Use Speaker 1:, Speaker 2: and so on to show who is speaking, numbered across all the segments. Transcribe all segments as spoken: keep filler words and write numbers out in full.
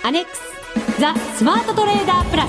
Speaker 1: アネックスザ・スマートトレーダープラス。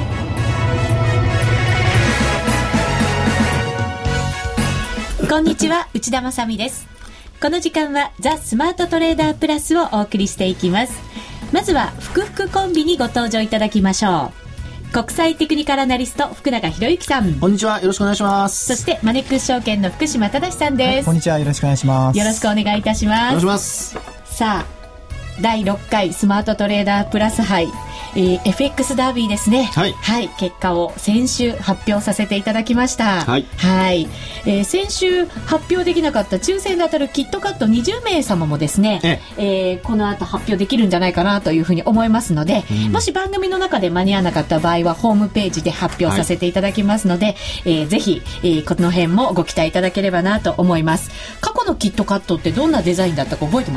Speaker 1: こんにちは、内田まさみです。この時間はザ・スマートトレーダープラスをお送りしていきます。まずは福福コンビにご登場いただきましょう。国際テクニカルアナリスト福永博之さん、
Speaker 2: こんにちは、よろしくお願いします。
Speaker 1: そしてマネックス証券の福島正さんです、はい、
Speaker 3: こんにちは、よろしくお願いします。
Speaker 1: よろしくお願いいたします。
Speaker 2: お願いします。
Speaker 1: さあ、だいろっかいスマートトレーダープラス杯、えー、エフエックス ダービーですね。
Speaker 2: はい、
Speaker 1: はい、結果を先週発表させていただきました。
Speaker 2: はい、
Speaker 1: はい、えー、先週発表できなかった抽選で当たるキットカットにじゅうめい様もですね、ええー、この後発表できるんじゃないかなというふうに思いますので、うん、もし番組の中で間に合わなかった場合はホームページで発表させていただきますので、はい、えー、ぜひ、えー、この辺もご期待いただければなと思います。過去のキットカットってどんなデザインだったか覚えてます？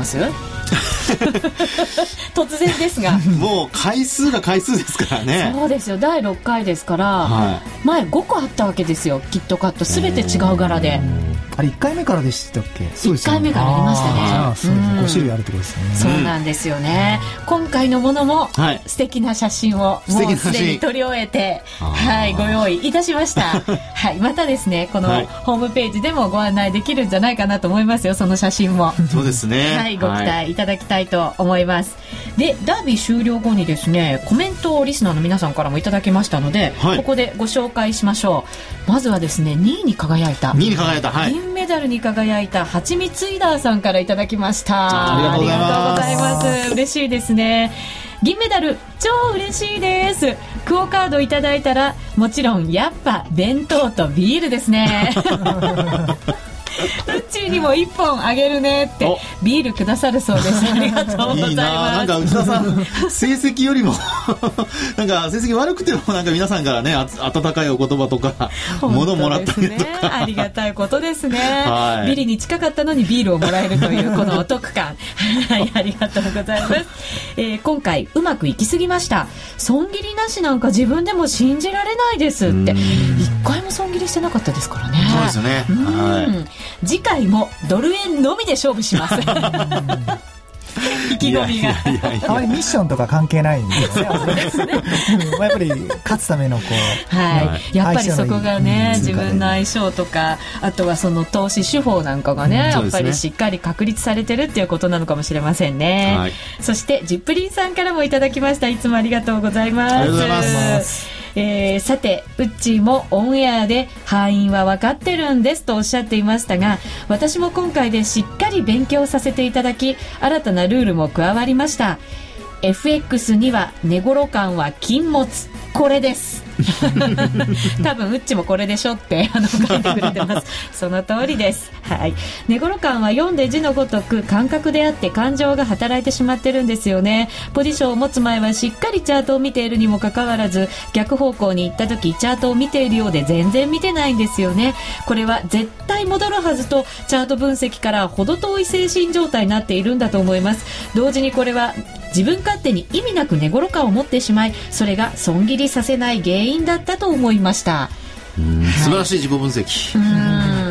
Speaker 1: 突然ですが
Speaker 2: もう回数が回数ですからね。
Speaker 1: そうですよ、だいろっかいですから、はい、前ごこあったわけですよ、キットカット全て違う柄で。
Speaker 3: あれいっかいめからでしたっけ？
Speaker 1: そうですよね、いっかいめからありましたね。
Speaker 3: あ、そうですね、ご種類あるってことですよね。
Speaker 1: そうなんですよね、うん、今回のものも素敵な写真をもうすでに撮り終えて、はい、ご用意いたしましたはい、またですね、このホームページでもご案内できるんじゃないかなと思いますよ、その写真も。
Speaker 2: そうですね、
Speaker 1: はい、ご期待いただきたいと思います、はい、でダービー終了後にですね、コメントをリスナーの皆さんからもいただきましたので、はい、ここでご紹介しましょう。まずはですね、にいに輝いた
Speaker 2: にいに輝いた、はい、
Speaker 1: 銀メダルに輝いたはちみつイダーさんからいただきました。
Speaker 2: あ, ありがとうございます。
Speaker 1: ありがとうございます。嬉しいですね。銀メダル超嬉しいです。クオカードいただいたらもちろんやっぱ弁当とビールですねうっちーにもいっぽんあげるねってビールくださるそうです。ありがとうございます。
Speaker 2: いいな、なんか内田さん成績よりもなんか成績悪くてもなんか皆さんからね、あ温かいお言葉とか物もらったりとか、
Speaker 1: ね、ありがたいことですね、はい、ビリに近かったのにビールをもらえるというこのお得感はい、ありがとうございます、えー、今回うまくいきすぎました。損切りなしなんか自分でも信じられないですって一回も損切りしてなかったですからね。
Speaker 2: そうですよね、はい、
Speaker 1: 次回もドル円のみで勝負します意気込みが。
Speaker 3: あまりミッションとか関係ないんですねやっぱり勝つためのこう、
Speaker 1: はい、やっぱりそこがね、自分の相性とか、あとはその投資手法なんかがね、うん、やっぱりしっかり確立されてるっていうことなのかもしれませんね、はい、そしてジップリンさんからもいただきました。いつもありがとうございます。
Speaker 2: ありがとうございます。
Speaker 1: えー、さてウッチーもオンエアで敗因は分かってるんですとおっしゃっていましたが、私も今回でしっかり勉強させていただき、新たなルールも加わりました。 エフエックス には値頃感は禁物、これです多分ウッチもこれでしょってあの書いてくれてますその通りです、はい、値頃感は読んで字のごとく感覚であって感情が働いてしまってるんですよね。ポジションを持つ前はしっかりチャートを見ているにもかかわらず、逆方向に行った時チャートを見ているようで全然見てないんですよね。これは絶対戻るはずとチャート分析から程遠い精神状態になっているんだと思います。同時にこれは自分勝手に意味なく値頃感を持ってしまい、それが損切りさせない原因だったと思いました。
Speaker 2: うん、はい、素晴らしい自己分析。
Speaker 1: うん、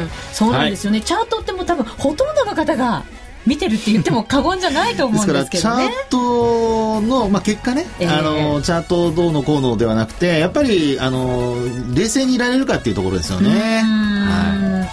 Speaker 1: そうなんですよね、はい、チャートっても多分ほとんどの方が見てるって言っても過言じゃないと思うんですけどね。
Speaker 2: ですからチャートの、まあ、結果ね、えー、あのチャートどうのこうのではなくて、やっぱりあの冷静にいられるかっていうところですよね。はい、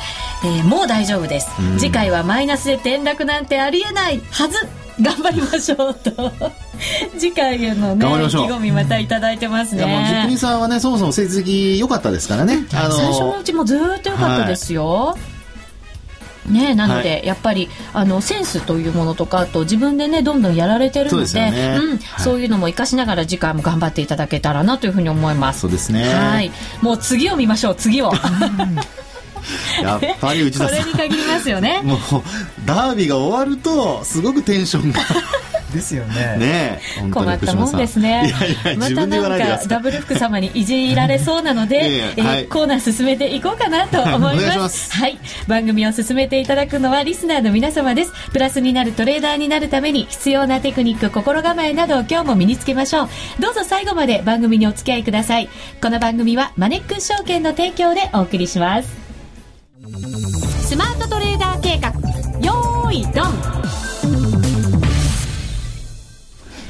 Speaker 1: えー、もう大丈夫です。次回はマイナスで転落なんてありえないはず、頑張りましょうと次回へのね、意気込みまたいただいてますね。
Speaker 2: いや、もうジップリンさんはね、そもそも成績良かったですからね、
Speaker 1: あの最初のうちもずっと良かったですよ、はいね、なので、はい、やっぱりあのセンスというものとか、あと自分でねどんどんやられてるの で, そう、ね、うん、はい、そういうのも活かしながら次回も頑張っていただけたらなというふうに思います。
Speaker 2: そうですね、
Speaker 1: はい、もう次を見ましょう、次を
Speaker 2: やっぱり内田さん
Speaker 1: それに限りますよね
Speaker 2: もうダービーが終わるとすごくテンションが
Speaker 3: ですよね。
Speaker 2: ねえ、
Speaker 1: 困ったもんですね。
Speaker 2: いやいや、
Speaker 1: またなんかダブル福様にいじられそうなので、いやいや、えーはい、コーナー進めていこうかなと思います。お願いします。はい、番組を進めていただくのはリスナーの皆様です。プラスになるトレーダーになるために必要なテクニック、心構えなどを今日も身につけましょう。どうぞ最後まで番組にお付き合いください。この番組はマネックス証券の提供でお送りします。スマートトレーダー計画、よーいドン。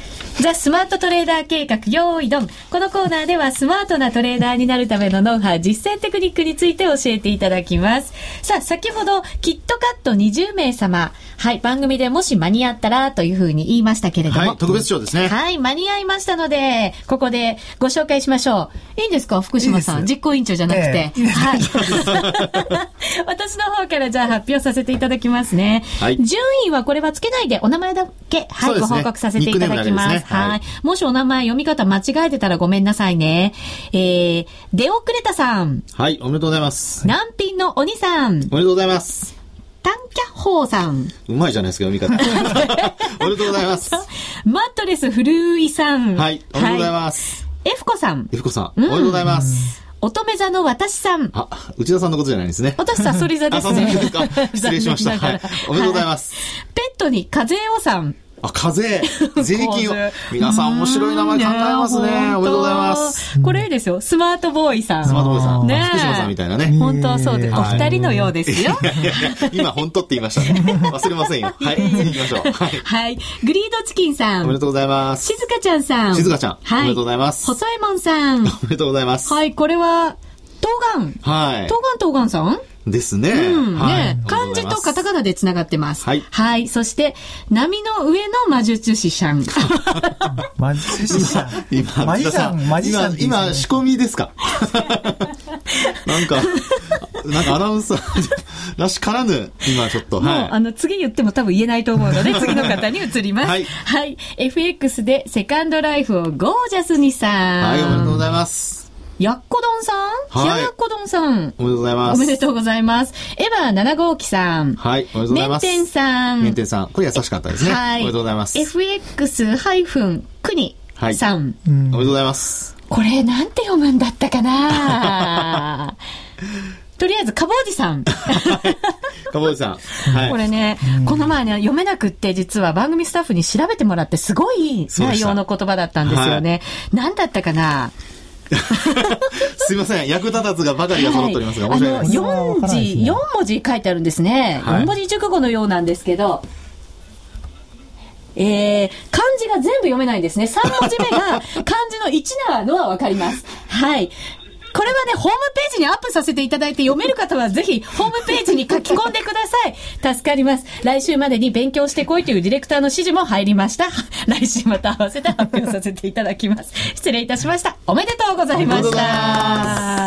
Speaker 1: ザ・スマートトレーダー計画用意ドン。このコーナーではスマートなトレーダーになるためのノウハウ、実践テクニックについて教えていただきます。さあ、先ほどキットカットにじゅうめいさま、はい、番組でもし間に合ったらというふうに言いましたけれども、
Speaker 2: はい、特別賞ですね。
Speaker 1: はい、間に合いましたので、ここでご紹介しましょう。いいんですか、福島さん。いい実行委員長じゃなくて。えー、はい。私の方からじゃあ発表させていただきますね。はい、順位はこれはつけないで、お名前だけ、はい、ね、ご報告させていただきます。すね、はい、はい。もしお名前読み方間違えてたらごめんなさいね。えー、デオクレタさん。
Speaker 2: はい、おめでとうございます。
Speaker 1: 南品の鬼さん。
Speaker 2: おめでとうございます。
Speaker 1: タンキャッホーさん。
Speaker 2: うまいじゃないですか、読み方。おめでとうございます。
Speaker 1: マットレス古井さん。
Speaker 2: はい、おめでとうございます。
Speaker 1: はい、エフコさん。
Speaker 2: エフコさん、おめでとうございます。
Speaker 1: 乙女座の私さん。
Speaker 2: あ、内田さんのことじゃないですね。
Speaker 1: 私、サソリ座ですね。
Speaker 2: 失礼しました。はい。おめでとうございます。
Speaker 1: ペットに風おさん。
Speaker 2: あ、風税金を。皆さん面白い名前考えますね。おめでとうございます。
Speaker 1: これいいですよ。スマートボーイさん。
Speaker 2: スマートボーイさん。ね、福島さんみたいなね。
Speaker 1: 本当はそうです。お二人のようですよ。
Speaker 2: いやいやいや、今本当って言いましたね。忘れませんよ。はい。次行きましょう。はい。
Speaker 1: はい。グリードチキンさん。
Speaker 2: おめでとうございます。
Speaker 1: 静香ちゃんさん。
Speaker 2: 静香ちゃん。はい。おめでとうございます。
Speaker 1: 細右衛門さん。お
Speaker 2: めでとうございます。
Speaker 1: はい。これは、東岸。はい。東岸東岸さん
Speaker 2: ですね。
Speaker 1: うん、はい、ね。漢字とカタカナでつながってます。はい。はい。そして、波の上の魔術師さん。
Speaker 3: 魔術師さん。
Speaker 2: 今、
Speaker 3: マジシャン、マジシャン。
Speaker 2: 今、今仕込みですかなんか、なんかアナウンサーらしからぬ、今ちょっと。
Speaker 1: もう、はい、あの、次言っても多分言えないと思うので、次の方に移ります。はい。はい。エフエックス でセカンドライフをゴージャスにさん。
Speaker 2: はい、おめでとうございます。
Speaker 1: やっこどんさん、はい、冷ややっこどんさん。
Speaker 2: おめでとうございます。
Speaker 1: おめでとうございます。エヴァなな号機さん。
Speaker 2: はい、おめでとうございます。
Speaker 1: メンテンさん。
Speaker 2: メンテンさん。これ優しかったですね。はい。おめでとうございます。
Speaker 1: エフエックス くにさん。
Speaker 2: おめでとうございます。
Speaker 1: これなんて読むんだったかなとりあえず、かぼうじさん。か
Speaker 2: ぼうじさん。はい。
Speaker 1: これね、この前ね、読めなくって、実は番組スタッフに調べてもらって、すごい内容の言葉だったんですよね。何だったかな
Speaker 2: すいません、役立たずがばかりが揃っておりますが、
Speaker 1: はい、あのよんじ、よんもじ書いてあるんですね、はい、よん文字熟語のようなんですけど、えー、漢字が全部読めないんですね。さん文字目が漢字のいちなのはわかります。はい。これはね、ホームページにアップさせていただいて、読める方はぜひホームページに書き込んでください。助かります。来週までに勉強してこいというディレクターの指示も入りました。来週また合わせて発表させていただきます。失礼いたしました。おめでとうございました。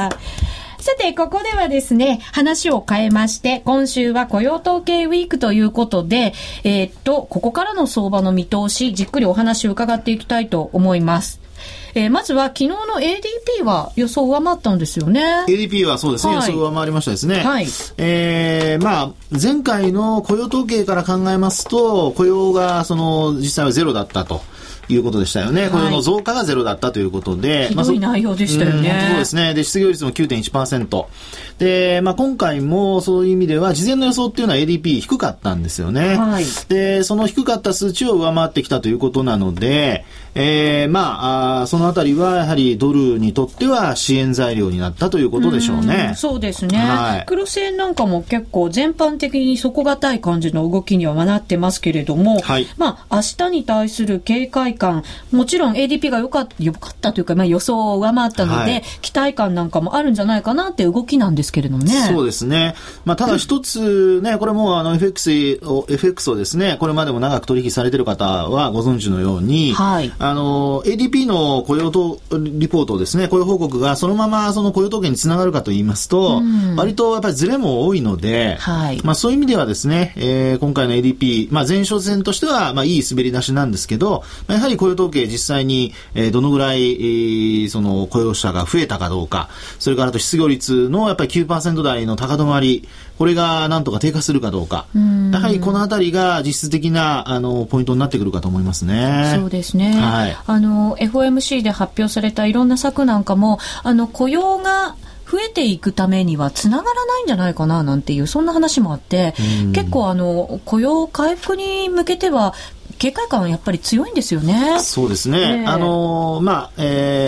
Speaker 1: さて、ここではですね、話を変えまして、今週は雇用統計ウィークということで、えー、っと、ここからの相場の見通し、じっくりお話を伺っていきたいと思います。えー、まずは昨日の エーディーピー は予想上回ったんですよね。
Speaker 2: エーディーピー はそうですね、はい、予想上回りましたですね。はい。えー、まあ前回の雇用統計から考えますと、雇用がその実際はゼロだったということでしたよね。はい、雇用の増加がゼロだったということで、
Speaker 1: ひどい内容でしたよね。
Speaker 2: まあ、そうですね。で、失業率も きゅうてんいちパーセント で、まあ、今回もそういう意味では事前の予想っていうのは エーディーピー 低かったんですよね。はい。で、その低かった数値を上回ってきたということなので、えー、まあ、あそのあたりはやはりドルにとっては支援材料になったということでしょうね。
Speaker 1: うん、そうですね。はい、クロス円なんかも結構全般的に底堅い感じの動きにはなってますけれども、はい、まあ、明日に対する警戒感、もちろん エーディーピー が良かった、良かったというか、まあ、予想を上回ったので、はい、期待感なんかもあるんじゃないかなっていう動きなんですけれどもね。
Speaker 2: そうですね。まあ、ただ一つね、これもあの エフエックス を、エフエックス をですね、これまでも長く取引されている方はご存知のように、はい、あの、エーディーピー の雇用とリポートですね、雇用報告がそのままその雇用統計につながるかと言いますと、うん、割とやっぱりズレも多いので、はい、まあ、そういう意味ではですね、えー、今回の エーディーピー、まあ、前哨戦としては、まあ、いい滑り出しなんですけど、まあ、やはり雇用統計実際に、えー、どのぐらい、えー、その雇用者が増えたかどうか、それからあと失業率のやっぱり きゅうパーセント 台の高止まり、これがなんとか低下するかどうか、やはりこのあたりが実質的なあのポイントになってくるかと思いますね。
Speaker 1: そうですね。はい、あの エフオーエムシー で発表されたいろんな策なんかも、あの雇用が増えていくためにはつながらないんじゃないかななんていうそんな話もあって、結構あの雇用回復に向けては警戒感はやっぱり強いんですよね。
Speaker 2: そうですね。えー、あのまあ、えー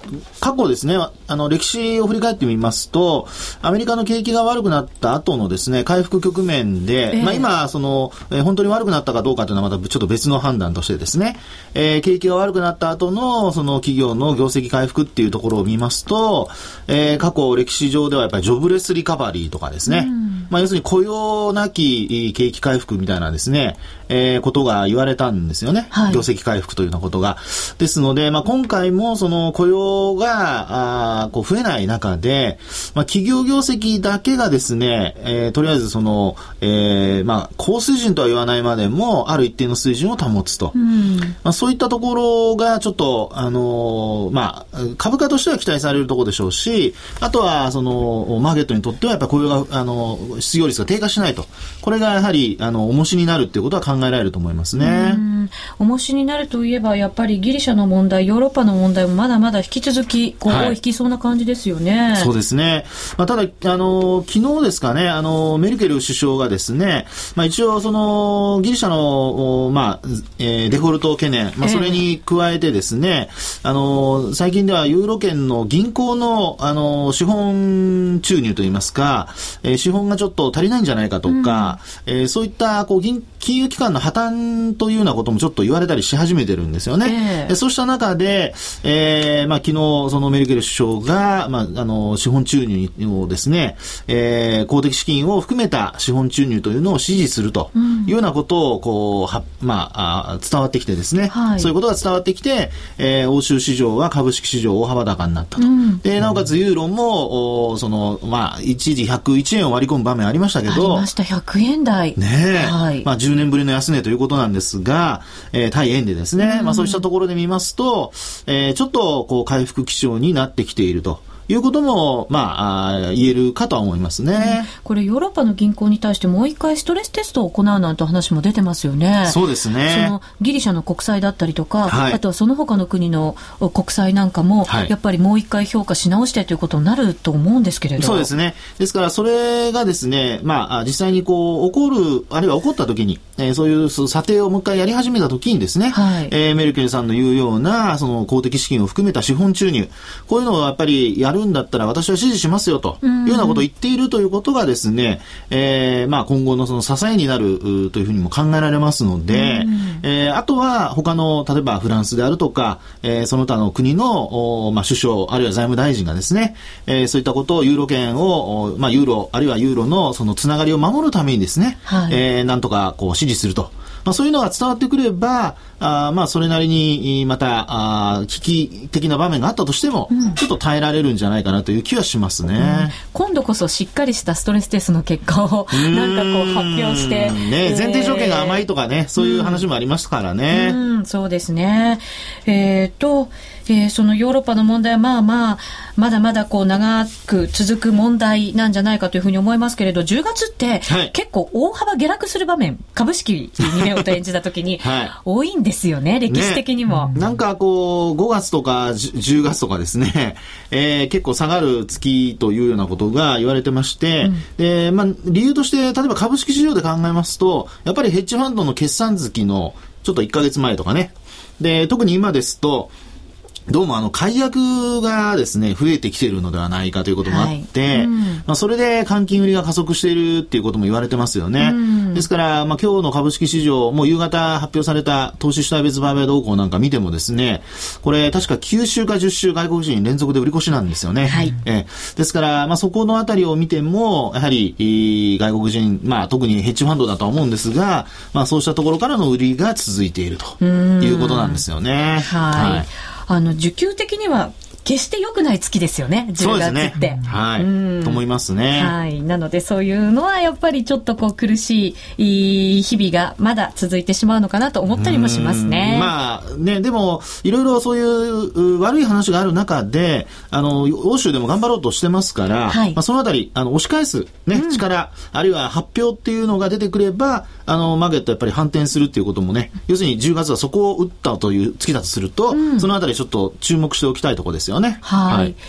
Speaker 2: 過去ですね、あの、歴史を振り返ってみますと、アメリカの景気が悪くなった後のですね、回復局面で、えー、まあ今、その、えー、本当に悪くなったかどうかというのはまたちょっと別の判断としてですね、えー、景気が悪くなった後の、その企業の業績回復っていうところを見ますと、えー、過去歴史上ではやっぱりジョブレスリカバリーとかですね、うん、まあ要するに雇用なき景気回復みたいなですね、えー、ことが言われたんですよね、はい、業績回復というようなことが。ですので、まあ今回もその雇用があこう増えない中で、まあ、企業業績だけがですね、えー、とりあえずその、えー、まあ高水準とは言わないまでもある一定の水準を保つと、うんまあ、そういったところがちょっとあのー、まあ株価としては期待されるところでしょうし、あとはそのマーケットにとってはやっぱり雇用があの失業率が低下しないと、これがやはりあの重しになるっていうことは考えられると思いますね。
Speaker 1: うん重しになるといえばやっぱりギリシャの問題、ヨーロッパの問題もまだまだ引き続きこう、はい、引きそうな感じですよね。
Speaker 2: そうですね。まあ、ただあの昨日ですかね、あのメルケル首相がですね、まあ、一応そのギリシャの、まあえー、デフォルト懸念、まあ、それに加えてですね、えー、あの最近ではユーロ圏の銀行のあの資本注入といいますか、えー、資本がちょっと足りないんじゃないかとか、うんえー、そういったこう銀金融機関の破綻というようなこともちょっと言われたりし始めてるんですよね。えー、そうした中で、えーまあ、昨日そのメルケル首相が、まあ、あの資本注入をですね、えー、公的資金を含めた資本注入というのを支持するというようなことをこうは、まあ、あ伝わってきてですね、はい、そういうことが伝わってきて、えー、欧州市場は株式市場大幅高になったと、うん、でなおかつユーロもその、まあ、一時ひゃくいちえんを割り込む場面ありましたけど、
Speaker 1: ありました。ひゃくえん台
Speaker 2: ねえ、はいまあ、じゅうねんぶりの安値ということなんですが、えー、対円でですね、うんまあ、そうしたところで見ますと、えー、ちょっとこう回復基調になってきているということも、まあ、言えるかとは思いますね、うん、
Speaker 1: これヨーロッパの銀行に対してもう一回ストレステストを行うなんて話も出てますよね。
Speaker 2: そうですね。
Speaker 1: そのギリシャの国債だったりとか、はい、あとはその他の国の国債なんかも、はい、やっぱりもう一回評価し直してということになると思うんですけれど。
Speaker 2: そうですね。ですからそれがですね、まあ、実際にこう起こるあるいは起こった時に、えー、そういう査定をもう一回やり始めた時にですね、はいえー、メルケルさんの言うようなその公的資金を含めた資本注入、こういうのをやっぱりやるんだったら私は支持しますよというようなことを言っているということがですね、えー、まあ今後のその支えになるというふうにも考えられますので、えー、あとは他の例えばフランスであるとか、えー、その他の国の、まあ、首相あるいは財務大臣がですね、えー、そういったことをユーロ圏を、まあ、ユーロあるいはユーロのそのつながりを守るためにですね、はいえー、なんとかこう支持すると。まあ、そういうのが伝わってくれば、あまあそれなりにまたあ危機的な場面があったとしても、うん、ちょっと耐えられるんじゃないかなという気はしますね、うん、
Speaker 1: 今度こそしっかりしたストレステストの結果をなんかこう発表して、
Speaker 2: ね、前提条件が甘いとかね、そういう話もありましたからね、
Speaker 1: うんうん、そうですね。えーとえー、そのヨーロッパの問題はまあまあまだまだこう長く続く問題なんじゃないかというふうに思いますけれど、じゅうがつって結構大幅下落する場面、株式に目を転じた時に多いんですよね、はい、歴史的にも、
Speaker 2: ね、なんかこうごがつとかじゅうがつとかですね、えー、結構下がる月というようなことが言われてまして、うんでまあ、理由として例えば株式市場で考えますと、やっぱりヘッジファンドの決算月のちょっといっかげつまえとかね、で特に今ですとどうもあの解約がですね増えてきているのではないかということもあって、はいうんまあ、それで換金売りが加速しているっていうことも言われてますよね、うん、ですから、まあ、今日の株式市場もう夕方発表された投資主体別売買動向なんか見てもですね、これ確かきゅうしゅうかじゅっしゅう外国人連続で売り越しなんですよね、はいえー、ですから、まあ、そこのあたりを見てもやはり外国人、まあ、特にヘッジファンドだとは思うんですが、まあ、そうしたところからの売りが続いているということなんですよね。
Speaker 1: はい、はいあの需給的には決して良くない月ですよね、じゅうがつって。そうですね、
Speaker 2: はい、うんと思いますね。
Speaker 1: はい、なのでそういうのはやっぱりちょっとこう苦しい日々がまだ続いてしまうのかなと思ったりもしますね。
Speaker 2: まあね、でもいろいろそういう悪い話がある中で、あの欧州でも頑張ろうとしてますから、はいまあ、そのあたりあの押し返す、ねうん、力あるいは発表っていうのが出てくれば、あのマーケットやっぱり反転するっていうこともね、要するにじゅうがつはそこを打ったという月だとすると、うん、そのあたりちょっと注目しておきたいところですよね。
Speaker 1: はい、はい、福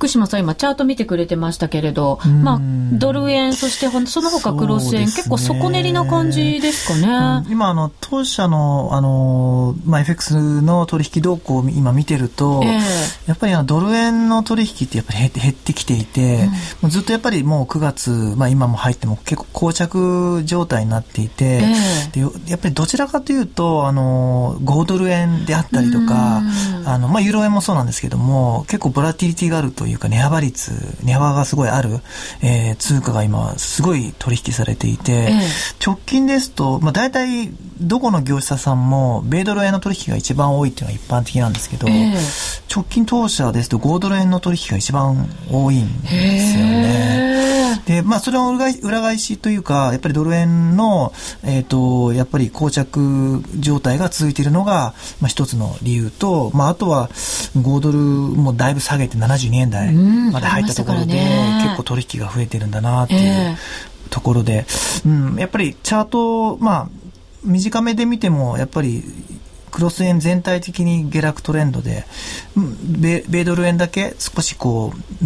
Speaker 1: 福島さん今チャート見てくれてましたけれど、まあ、ドル円そしてその他クロス円、結構底練りな感じですかね。
Speaker 3: うん、今あの当社の、あの、まあ、エフエックス の取引動向を今見てると、えー、やっぱりあのドル円の取引ってやっぱり減って、減ってきていて、うん、もうずっとやっぱりもうくがつ、まあ、今も入っても結構膠着状態になっていて、えー、でやっぱりどちらかというとあのごドル円であったりとか、あの、まあ、ユーロ円もそうなんですけども、結構ボラティリティがあるというか値幅率値幅がすごいある、えー、通貨が今すごい取引されていて、えー、直近ですと、まあ、大体どこの業者さんも米ドル円の取引が一番多いっていうのが一般的なんですけど、えー、直近当社ですとごドル円の取引が一番多いんですよね。で、まあ、それは裏返しというか、やっぱりドル円の、えっと、やっぱり膠着状態が続いているのが、まあ、一つの理由と、まあ、あとはごドルもだいぶ下げてななじゅうにえん台まで入ったところで、結構取引が増えてるんだなっていうところで、うん、やっぱりチャート、まあ、短めで見ても、やっぱり、クロス円全体的に下落トレンドで、米、米ドル円だけ少しこう、うん、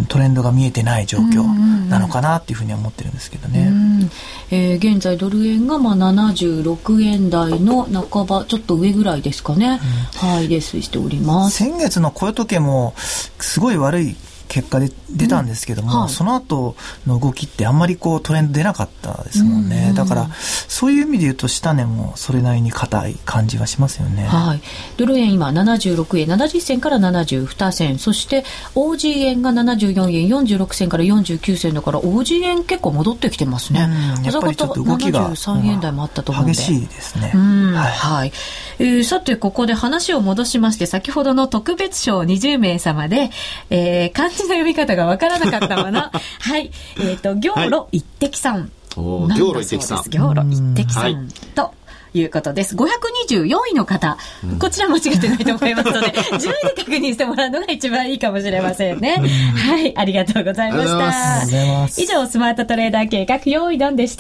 Speaker 3: トレンドが見えてない状況なのかなっていうふうには思ってるんですけどね。うん、
Speaker 1: えー、現在ドル円がまあななじゅうろくえん台の半ばちょっと上ぐらいですかね。うん、はい、で推移しております。
Speaker 3: 先月の雇用統計もすごい悪い結果で出たんですけども、うん、はい、その後の動きってあんまりこうトレンド出なかったですもんね。うんうん、だからそういう意味で言うと下値もそれなりに硬い感じがしますよね。
Speaker 1: はい、ドル円今ななじゅうろくえんななじゅっせんからななじゅうにせん、そして オージー 円がななじゅうよんえんよんじゅうろくせんからよんじゅうきゅうせんだから オージー 円結構戻ってきてますね。
Speaker 3: うん、やっぱりちょっと動きがななじゅう
Speaker 1: さんえん台もあったと思うんで
Speaker 3: 激しいですね。
Speaker 1: うん、はい、はい、えー、さてここで話を戻しまして、先ほどの特別賞にじゅうめい様で、えー、漢字の読み方がわからなかったものはい、えっ、ー、と行路一滴さん、
Speaker 2: 行路一滴さん
Speaker 1: 行路一滴さんということです。ごひゃくにじゅうよんいの方、うん、こちら間違ってないと思いますので順位で確認してもらうのが一番いいかもしれませんね。はい、ありがとうございました。以上スマートトレーダー計画用意ドンでした。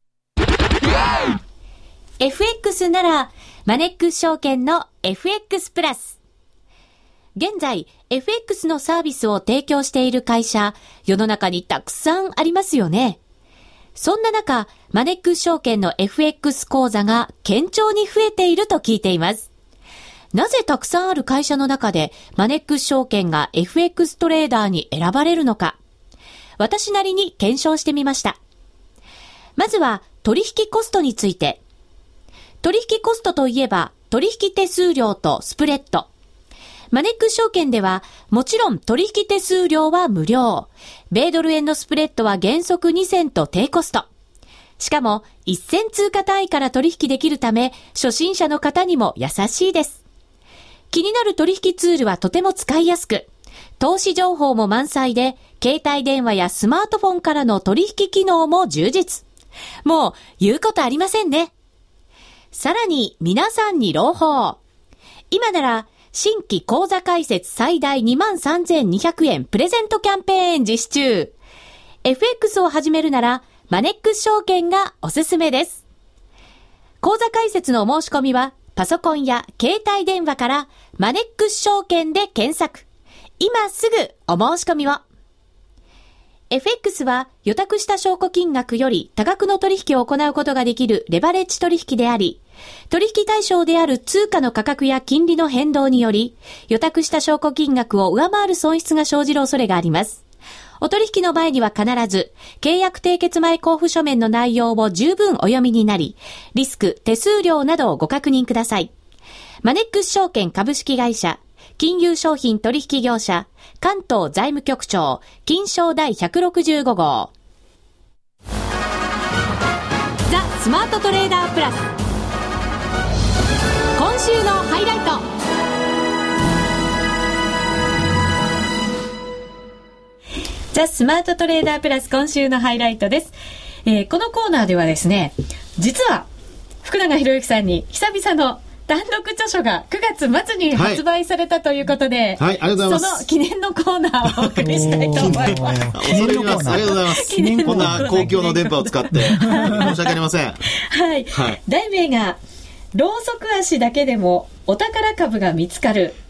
Speaker 4: エフエックス ならマネックス証券の エフエックス プラス。現在 エフエックス のサービスを提供している会社、世の中にたくさんありますよね。そんな中、マネックス証券の エフエックス 口座が堅調に増えていると聞いています。なぜたくさんある会社の中でマネックス証券が エフエックス トレーダーに選ばれるのか、私なりに検証してみました。まずは取引コストについて。取引コストといえば取引手数料とスプレッド。マネックス証券ではもちろん取引手数料は無料。米ドル円のスプレッドは原則にセント低コスト。しかもいっせん通貨単位から取引できるため初心者の方にも優しいです。気になる取引ツールはとても使いやすく、投資情報も満載で携帯電話やスマートフォンからの取引機能も充実。もう言うことありませんね。さらに皆さんに朗報。今なら新規口座開設最大 にまんさんぜんにひゃくえんプレゼントキャンペーン実施中。エフエックス を始めるならマネックス証券がおすすめです。口座開設のお申し込みはパソコンや携帯電話からマネックス証券で検索。今すぐお申し込みを。エフエックス は予託した証拠金額より多額の取引を行うことができるレバレッジ取引であり、取引対象である通貨の価格や金利の変動により、予託した証拠金額を上回る損失が生じる恐れがあります。お取引の前には必ず、契約締結前交付書面の内容を十分お読みになり、リスク、手数料などをご確認ください。マネックス証券株式会社、金融商品取引業者、関東財務局長、金商第ひゃくろくじゅうご号。ザ・スマートトレーダープラス。今週のハイライト。
Speaker 1: ザ・スマートトレーダープラス今週のハイライトです。えー、このコーナーではですね、実は福永博之さんに久々の単独著書がくがつ末に発売されたということで、
Speaker 2: はい、はい、ありがとうございます。
Speaker 1: その記念のコーナーをお送りしたいと思います。
Speaker 2: 恐れ入ります。ありがとうございます。こんな公共の電波を使って申し訳ありません。
Speaker 1: はい、はい、題名がろうそく足だけでもお宝株が見つかる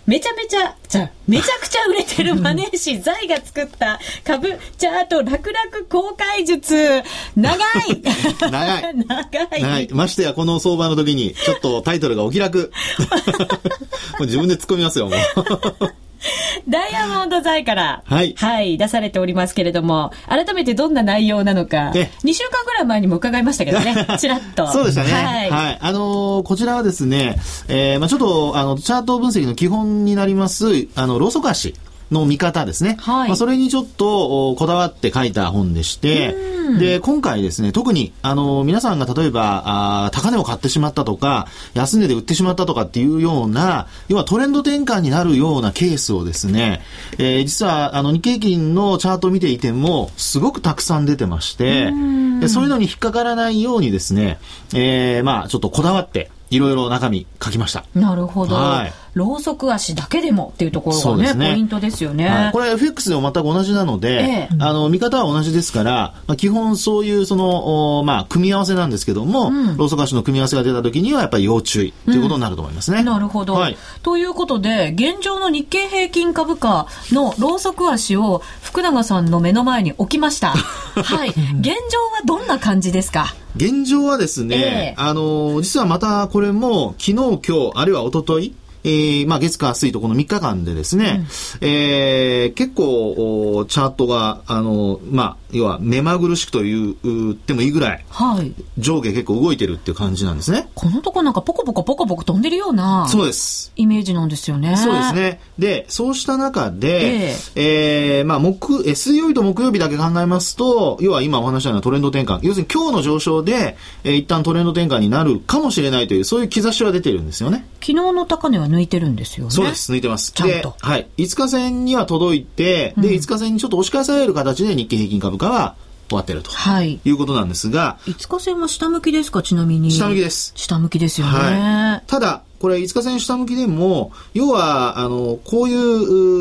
Speaker 1: めちゃめちゃ、じゃめちゃくちゃ売れてるマネー師財が作った株チャート楽々公開術。長い
Speaker 2: 長い
Speaker 1: 長い
Speaker 2: 長い。ましてやこの相場の時に、ちょっとタイトルがお気楽。もう自分で突っ込みますよ、もう。
Speaker 1: ダイヤモンド財から、
Speaker 2: はい、
Speaker 1: はい、出されておりますけれども、改めてどんな内容なのか、にしゅうかんぐらい前にも伺いましたけどね、ちらっと。
Speaker 2: そうでしたね。はい。はい、あのー、こちらはですね、えー、まあちょっと、あの、チャート分析の基本になります、あの、ローソク足の見方ですね。はい。まあそれにちょっと、こだわって書いた本でして、で、今回ですね、特に、あの、皆さんが例えば、あ高値を買ってしまったとか、安値で売ってしまったとかっていうような、要はトレンド転換になるようなケースをですね、えー、実は、あの、日経平均のチャートを見ていても、すごくたくさん出てまして、でそういうのに引っかからないようにですね、えー、まあ、ちょっとこだわって、いろいろ中身書きました。
Speaker 1: なるほど。はい。ローソク足だけでもっていうところが ね, ねポイントですよね。
Speaker 2: はい、これ エフエックス でも全く同じなので、ええ、あの見方は同じですから、まあ、基本そういうそのまあ組み合わせなんですけども、うん、ローソク足の組み合わせが出た時にはやっぱり要注意ということになると思いますね。
Speaker 1: うん、なるほど、はい。ということで現状の日経平均株価のローソク足を福永さんの目の前に置きました。はい。現状はどんな感じですか？
Speaker 2: 現状はですね、えー、あの実はまたこれも昨日今日あるいは一昨日えー、まあ月火水とこのみっかかんでですね、うん、えー、結構チャートがあのまあ要は目まぐるしくという言ってもいいぐらい、はい、上下結構動いてるっていう感じなんですね。
Speaker 1: このとこなんかポコポコポコポコ飛んでるような
Speaker 2: そうです
Speaker 1: イメージなんですよね。
Speaker 2: そうですね。でそうした中で、えーえー、まあ木え水曜日と木曜日だけ考えますと、要は今お話したようなトレンド転換、要するに今日の上昇で、えー、一旦トレンド転換になるかもしれないというそういう兆しは出てるんですよね。
Speaker 1: 昨日の高値は抜いてるんですよね。
Speaker 2: そうです、抜いてます。
Speaker 1: ちゃんと。
Speaker 2: はい。いつか線には届いて、で、いつか線にちょっと押し返される形で日経平均株価は終わってると、はい、いうことなんですが。
Speaker 1: いつか線は下向きですか、ちなみに。
Speaker 2: 下向きです。
Speaker 1: 下向きですよね。
Speaker 2: はい。ただ、これいつか線下向きでも、要は、あの、こういう、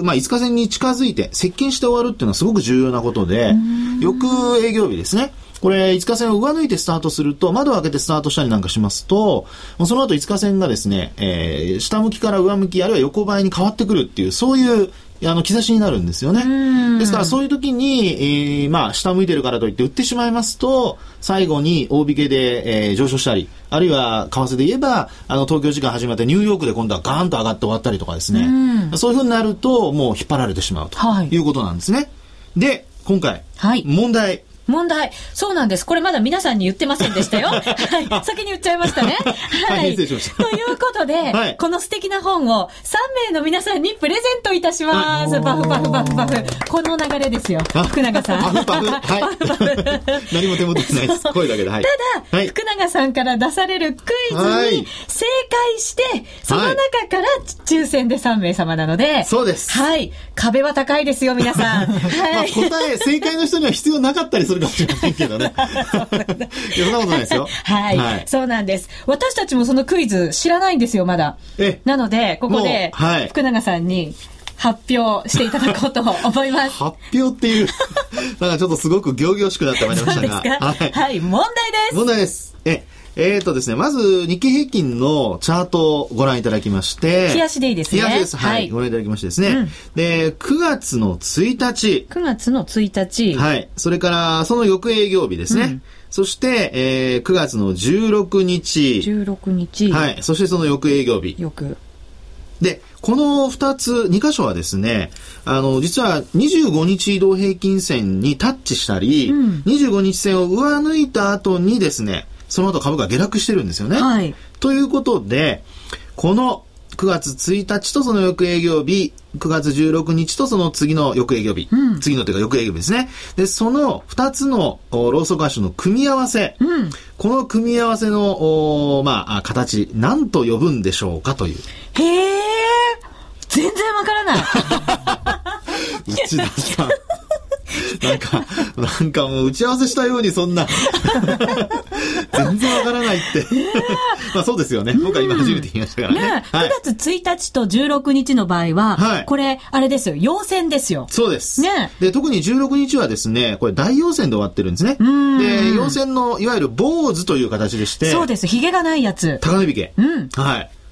Speaker 2: まあ、いつか線に近づいて、接近して終わるっていうのはすごく重要なことで、翌営業日ですね。これ、いつか線を上抜いてスタートすると、窓を開けてスタートしたりなんかしますと、その後いつか線がですね、えー、下向きから上向き、あるいは横ばいに変わってくるっていう、そういう、あの、兆しになるんですよね。ですから、そういう時に、えー、まあ、下向いてるからといって売ってしまいますと、最後に大引けで、えー、上昇したり、あるいは、為替で言えば、あの、東京時間始まってニューヨークで今度はガーンと上がって終わったりとかですね。そういう風になると、もう引っ張られてしまうということなんですね。はい、で、今回、はい、問題。
Speaker 1: 問題。そうなんです。これまだ皆さんに言ってませんでしたよ。はい。先に言っちゃいましたね。はい。
Speaker 2: 失礼しました。
Speaker 1: ということで、はい、この素敵な本をさんめいの皆さんにプレゼントいたします。パフパフパフパフ。この流れですよ。福永さん。
Speaker 2: パフパフ。はい。何も手元にないです。声だけで。はい。
Speaker 1: ただ、はい、福永さんから出されるクイズに正解して、その中から抽選でさんめい様なので。
Speaker 2: そうです。
Speaker 1: はい。壁は高いですよ、皆さん。はい。
Speaker 2: まあ、答え、正解の人には必要なかったりするかもしれませんけどね。いや、そんなことないですよ。
Speaker 1: はい、はい。そうなんです。私たちもそのクイズ知らないんですよ、まだ。えなので、ここで、福永さんに発表していただこうと思います。
Speaker 2: 発表っていう、なんかちょっとすごく仰々しくなってまいりましたが。
Speaker 1: そうですか。はい、はい。問題です。
Speaker 2: 問題です。ええーとですね、まず日経平均のチャートをご覧いただきまして。
Speaker 1: 日足でいいですね。
Speaker 2: 日足です。はい。はい、ご覧いただきましてですね。うん、で、くがつのついたち。
Speaker 1: くがつのついたち。
Speaker 2: はい。それから、その翌営業日ですね。うん、そして、えー、くがつのじゅうろくにち。
Speaker 1: じゅうろくにち。
Speaker 2: はい。そしてその翌営業日。
Speaker 1: 翌。
Speaker 2: で、このふたつ、に箇所はですね、あの、実はにじゅうごにち移動平均線にタッチしたり、うん、にじゅうごにち線を上抜いた後にですね、その後株価下落してるんですよね。はい。ということで、このくがつついたちとその翌営業日、くがつじゅうろくにちとその次の翌営業日、うん、次のというか翌営業日ですね。で、そのふたつのローソク足の組み合わせ、うん、この組み合わせの、まあ、形、何と呼ぶんでしょうかという。
Speaker 1: へー、全然わからない。
Speaker 2: 内田さん。なんか、なんかもう打ち合わせしたようにそんな全然わからないって。まあそうですよね。僕は今初めて言いましたからね。ね、
Speaker 1: はい、くがつついたちとじゅうろくにちの場合は、はい、これ、あれですよ、陽線ですよ。
Speaker 2: そうです。ね。で、特にじゅうろくにちはですね、これ大陽線で終わってるんですね。で、陽線のいわゆる坊主という形でして。
Speaker 1: そうです。髭がないやつ。
Speaker 2: 高値引け。うん。はい。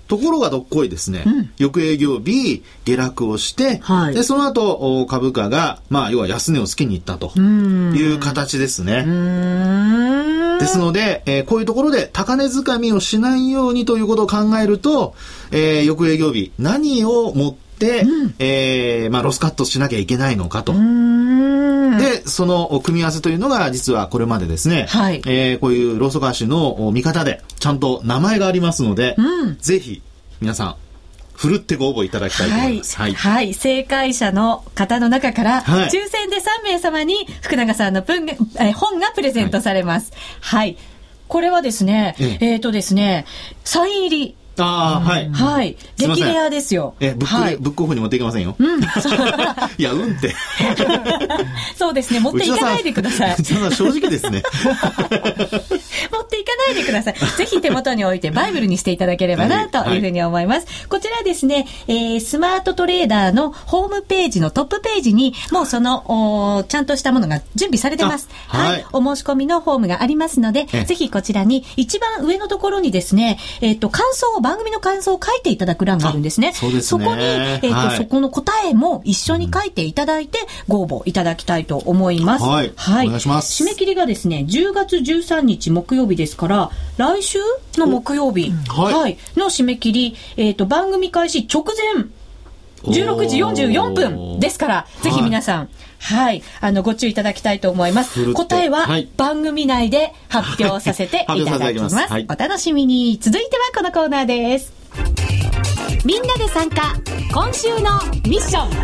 Speaker 2: ところがどっこいですね、うん、翌営業日下落をして、はい、でその後株価が、まあ、要は安値をつけに行ったという形ですね。うーんですので、えー、こういうところで高値掴みをしないようにということを考えると、えー、翌営業日何をもってで、うんえーまあ、ロスカットしなきゃいけないのかと。で、その組み合わせというのが実はこれまでですね、はいえー、こういうローソク足の見方でちゃんと名前がありますので、うん、ぜひ皆さんふるってご応募いただきたいと思います。
Speaker 1: はい。はいはい、正解者の方の中から、はい、抽選でさんめい様に福永さんの文え本がプレゼントされます。はい。はい、これはですね、ええー、とですね、サイン入り。
Speaker 2: ああ、はい。
Speaker 1: はい。激レアですよ。
Speaker 2: え、ブック、はい、ブックオフに持っていけませんよ。
Speaker 1: うん。
Speaker 2: いや、うんって。
Speaker 1: そうですね。持っていかないでください。
Speaker 2: 内田さん、正直ですね。
Speaker 1: 持っていかないでください。ぜひ手元に置いてバイブルにしていただければな、というふうに思います。はいはい、こちらですね、えー、スマートトレーダーのホームページのトップページに、もうその、ちゃんとしたものが準備されてます。はい、はい。お申し込みのフォームがありますので、ぜひこちらに、一番上のところにですね、えっと、感想を番組の感想を書いていただく欄があるんですね。
Speaker 2: そうですね。
Speaker 1: そこに、えーとはい、そこの答えも一緒に書いていただいてご応募いただきたいと思います。
Speaker 2: はい。はい、お願いします。
Speaker 1: 締め切りがですね、じゅうがつじゅうさんにち木曜日ですから、来週の木曜日、はい、はい、の締め切り、えっと、番組開始直前、じゅうろくじよんじゅうよんぷんですから、ぜひ皆さん、はい、はい、あの、ご注意いただきたいと思います。答えは番組内で発表させていただきます。はい、お楽しみに。続いてはこのコーナーです。みんなで参加、今週のミッション。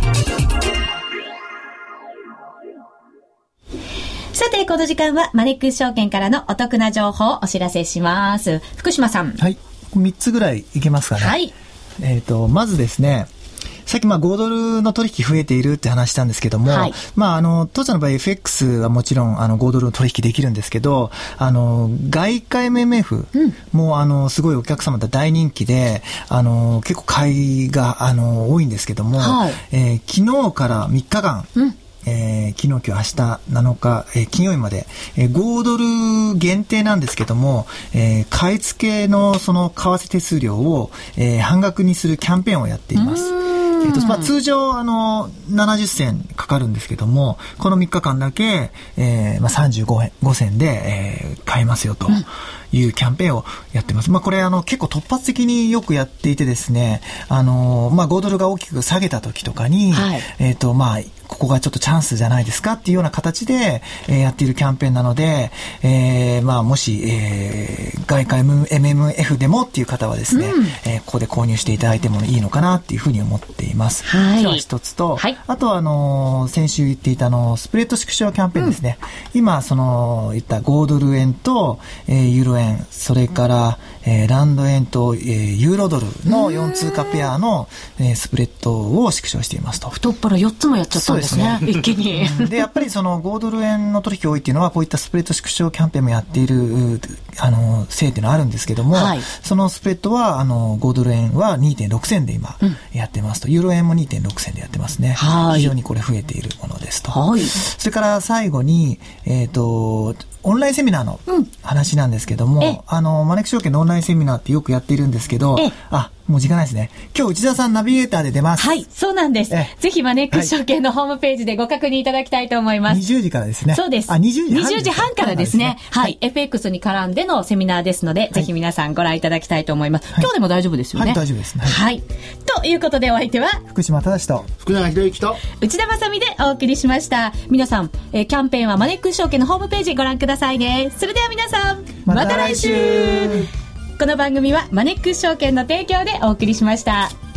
Speaker 1: さて、この時間はマネックス証券からのお得な情報をお知らせします。福島さん。
Speaker 3: はい。みっつぐらいいけますかね。
Speaker 1: はい。
Speaker 3: えっと、まずですね、さっきまあごドルの取引増えているって話したんですけども、はい、まああの当社の場合 エフエックス はもちろんあのごドルの取引できるんですけど、あの外貨 エムエムエフ も、うん、あのすごいお客様で大人気で、あの結構買いがあの多いんですけども、はい、えー、昨日からみっかかん、うん、えー、昨日今日明日なのか、えー、金曜日まで、えー、ごドル限定なんですけども、えー、買い付けのその為替手数料を、えー、半額にするキャンペーンをやっています。えっとまあ、通常あのななじゅっせんかかるんですけども、このみっかかんだけ、えーまあ、さんじゅうごせんで、えー、買えますよというキャンペーンをやってます。まあ、これあの結構突発的によくやっていてですね、あの、まあ、ごドルが大きく下げた時とかに、はい、えっとまあここがちょっとチャンスじゃないですかっていうような形で、えー、やっているキャンペーンなので、えー、まあもし、えー、外貨 エムエムエフ でもっていう方はですね、うん、えー、ここで購入していただいてもいいのかなっていうふうに思っています。はい。は一つと、はい、あとはあのー、先週言っていたあのスプレッド縮小キャンペーンですね。うん、今その言ったごドル円と、えー、ユーロ円、それから、えー、ランド円と、えー、ユーロドルのよん通貨ペアの、えー、スプレッドを縮小していますと。
Speaker 1: 太っ腹よっつもやっちゃったんですね。一気に。
Speaker 3: で、やっぱりそのごドル円の取引多いっていうのは、こういったスプレッド縮小キャンペーンもやっている、あの、せいっていうのはあるんですけども、はい、そのスプレッドは、あの、ごドル円は にてんろく 銭で今、やってますと、うん、ユーロ円も にてんろく 銭でやってますね。はい。非常にこれ増えているものですと。はい。それから最後に、えっと、オンラインセミナーの話なんですけども、うん、あの、マネック証券のオンラインセミナーってよくやっているんですけど、あ、もう時間ないですね。今日内田さんナビゲーターで出ます。
Speaker 1: はい、そうなんです。ぜひマネックス証券のホームページでご確認いただきたいと思います。
Speaker 3: にじゅうじからですね。
Speaker 1: そうです。
Speaker 3: あ、にじゅうじはん。
Speaker 1: にじゅうじはんからですね。はい。エフエックス に絡んでのセミナーですので、はい、ぜひ皆さんご覧いただきたいと思います。はい、今日でも大丈夫ですよね。
Speaker 3: はい、大丈夫ですね。
Speaker 1: はい。ということでお相手は、
Speaker 3: 福島正と、
Speaker 2: 福永博之と、
Speaker 1: 内田まさみでお送りしました。皆さん、えー、キャンペーンはマネックス証券のホームページご覧くださいね。それでは皆さん、また来週。この番組はマネックス証券の提供でお送りしました。